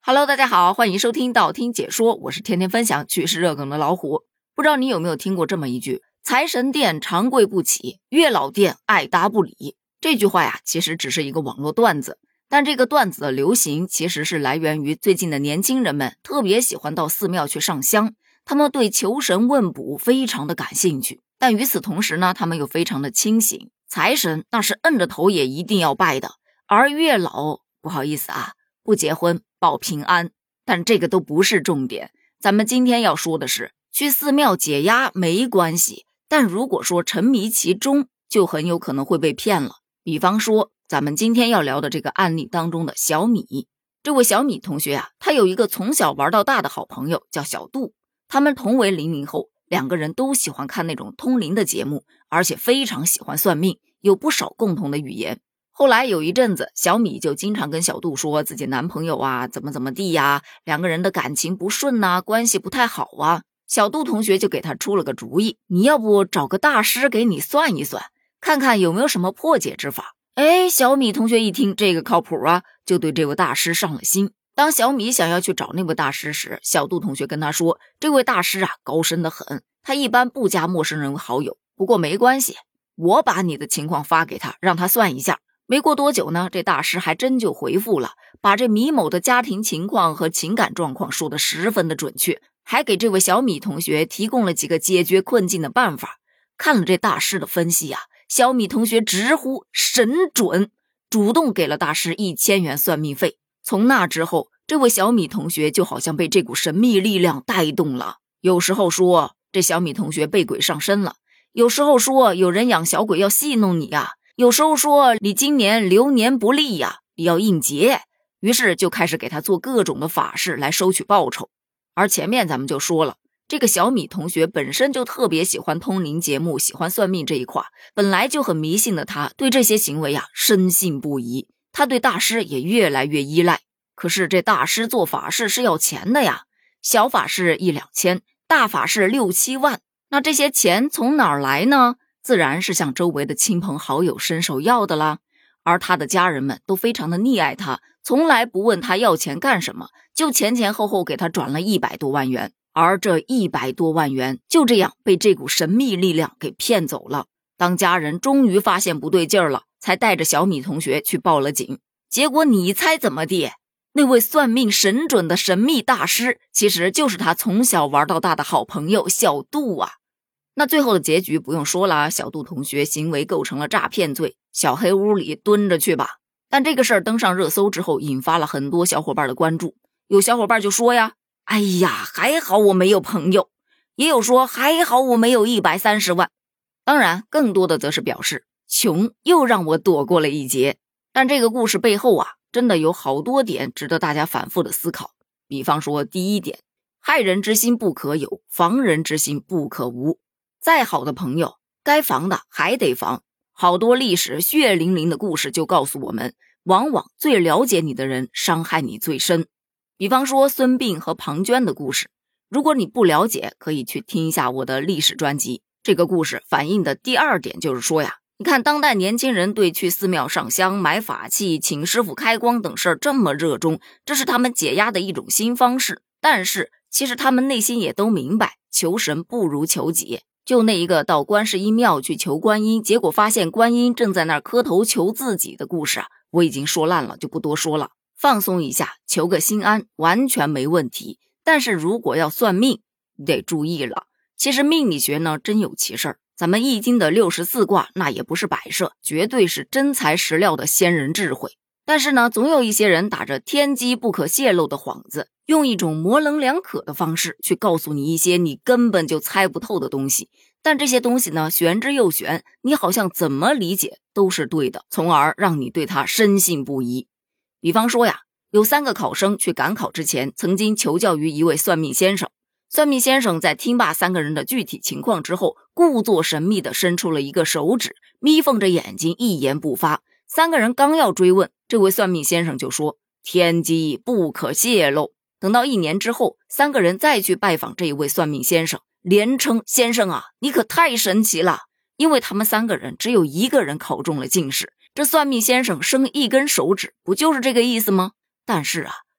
Hello， 大家好，欢迎收听道听解说，我是天天分享趣事热梗的老虎。不知道你有没有听过这么一句：财神殿长贵不起，月老殿爱搭不理。这句话呀，其实只是一个网络段子，但这个段子的流行其实是来源于最近的年轻人们特别喜欢到寺庙去上香，他们对求神问卜非常的感兴趣，但与此同时呢，他们又非常的清醒。财神那是摁着头也一定要拜的，而月老不好意思啊，不结婚保平安。但这个都不是重点，咱们今天要说的是，去寺庙解压没关系，但如果说沉迷其中，就很有可能会被骗了。比方说咱们今天要聊的这个案例当中的小米，这位小米同学啊，他有一个从小玩到大的好朋友叫小杜，他们同为00后，两个人都喜欢看那种通灵的节目，而且非常喜欢算命，有不少共同的语言。后来有一阵子，小米就经常跟小杜说自己男朋友啊怎么地呀，两个人的感情不顺啊，关系不太好啊。小杜同学就给他出了个主意，你要不找个大师给你算一算，看看有没有什么破解之法。小米同学一听这个靠谱啊，就对这位大师上了心。当小米想要去找那位大师时，小杜同学跟他说，这位大师啊高深得很，他一般不加陌生人为好友，不过没关系，我把你的情况发给他，让他算一下。没过多久呢，这大师还真就回复了，把这米某的家庭情况和情感状况说得十分的准确，还给这位小米同学提供了几个解决困境的办法。看了这大师的分析啊，小米同学直呼神准，主动给了大师1000元算命费。从那之后，这位小米同学就好像被这股神秘力量带动了。有时候说这小米同学被鬼上身了，有时候说有人养小鬼要戏弄你啊，有时候说你今年流年不利呀，你要应节，于是就开始给他做各种的法事来收取报酬。而前面咱们就说了，这个小米同学本身就特别喜欢通灵节目，喜欢算命这一块，本来就很迷信的他，对这些行为深信不疑，他对大师也越来越依赖。可是这大师做法事是要钱的呀，小法事1-2千，大法事6-7万，那这些钱从哪儿来呢？自然是向周围的亲朋好友伸手要的啦。而他的家人们都非常的溺爱他，从来不问他要钱干什么，就前后给他转了100多万元。而这100多万元就这样被这股神秘力量给骗走了。当家人终于发现不对劲儿了，才带着小米同学去报了警。结果你猜怎么地？那位算命神准的神秘大师，其实就是他从小玩到大的好朋友小杜啊。那最后的结局不用说了，小杜同学行为构成了诈骗罪，小黑屋里蹲着去吧。但这个事儿登上热搜之后，引发了很多小伙伴的关注。有小伙伴就说呀，哎呀，还好我没有朋友，也有说还好我没有130万。当然更多的则是表示穷又让我躲过了一劫。但这个故事背后真的有好多点值得大家反复的思考。比方说第一点，害人之心不可有，防人之心不可无。再好的朋友，该防的还得防。好多历史血淋淋的故事就告诉我们，往往最了解你的人伤害你最深。比方说孙膑和庞涓的故事，如果你不了解，可以去听一下我的历史专辑。这个故事反映的第二点就是说呀，你看当代年轻人对去寺庙上香、买法器、请师傅开光等事儿这么热衷，这是他们解压的一种新方式。但是其实他们内心也都明白，求神不如求己。就那一个到观世音庙去求观音，结果发现观音正在那儿磕头求自己的故事我已经说烂了，就不多说了。放松一下，求个心安，完全没问题。但是如果要算命，你得注意了。其实命理学呢，真有其事儿。咱们易经的64卦，那也不是摆设，绝对是真材实料的先人智慧。但是呢，总有一些人打着天机不可泄露的幌子，用一种模棱两可的方式去告诉你一些你根本就猜不透的东西。但这些东西呢，玄之又玄，你好像怎么理解都是对的，从而让你对它深信不疑。比方说呀，有3个考生去赶考之前，曾经求教于一位算命先生。算命先生在听罢3个人的具体情况之后，故作神秘地伸出了一个手指，眯缝着眼睛，一言不发。3个人刚要追问，这位算命先生就说，天机不可泄露。等到1年之后，3个人再去拜访这一位算命先生，连称先生你可太神奇了。因为他们3个人只有1个人考中了进士，这算命先生伸一根手指，不就是这个意思吗？但是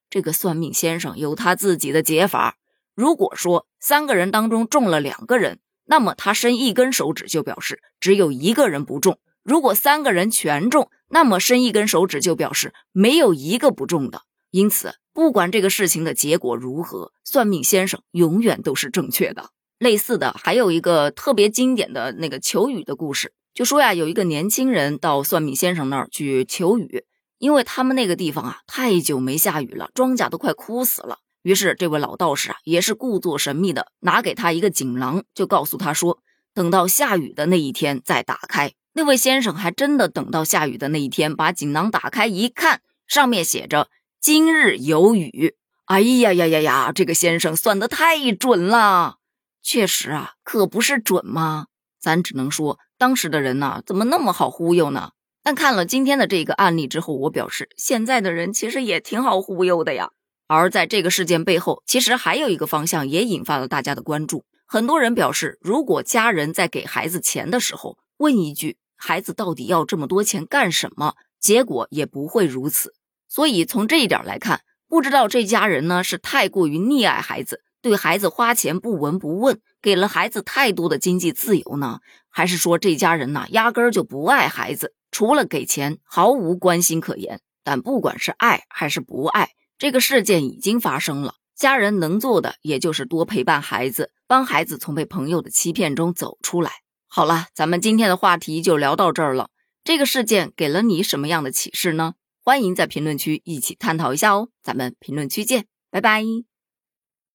这个算命先生有他自己的解法。如果说3个人当中中了2个人，那么他伸1根手指就表示只有1个人不中。如果3个人全中，那么伸1根手指就表示没有1个不中的。因此不管这个事情的结果如何，算命先生永远都是正确的。类似的还有一个特别经典的那个求雨的故事，就说呀，有一个年轻人到算命先生那儿去求雨，因为他们那个地方啊太久没下雨了，庄稼都快枯死了。于是这位老道士啊也是故作神秘的拿给他一个锦囊，就告诉他说等到下雨的那一天再打开。那位先生还真的等到下雨的那一天，把锦囊打开一看，上面写着今日有雨。哎呀呀呀呀，这个先生算得太准了。确实啊，可不是准吗？咱只能说当时的人怎么那么好忽悠呢？但看了今天的这个案例之后，我表示现在的人其实也挺好忽悠的呀。而在这个事件背后，其实还有一个方向也引发了大家的关注。很多人表示，如果家人在给孩子钱的时候问一句孩子到底要这么多钱干什么，结果也不会如此。所以从这一点来看，不知道这家人呢是太过于溺爱孩子，对孩子花钱不闻不问，给了孩子太多的经济自由呢，还是说这家人压根儿就不爱孩子，除了给钱毫无关心可言。但不管是爱还是不爱，这个事件已经发生了，家人能做的也就是多陪伴孩子，帮孩子从被朋友的欺骗中走出来。好了，咱们今天的话题就聊到这儿了。这个事件给了你什么样的启示呢？欢迎在评论区一起探讨一下哦，咱们评论区见，拜拜。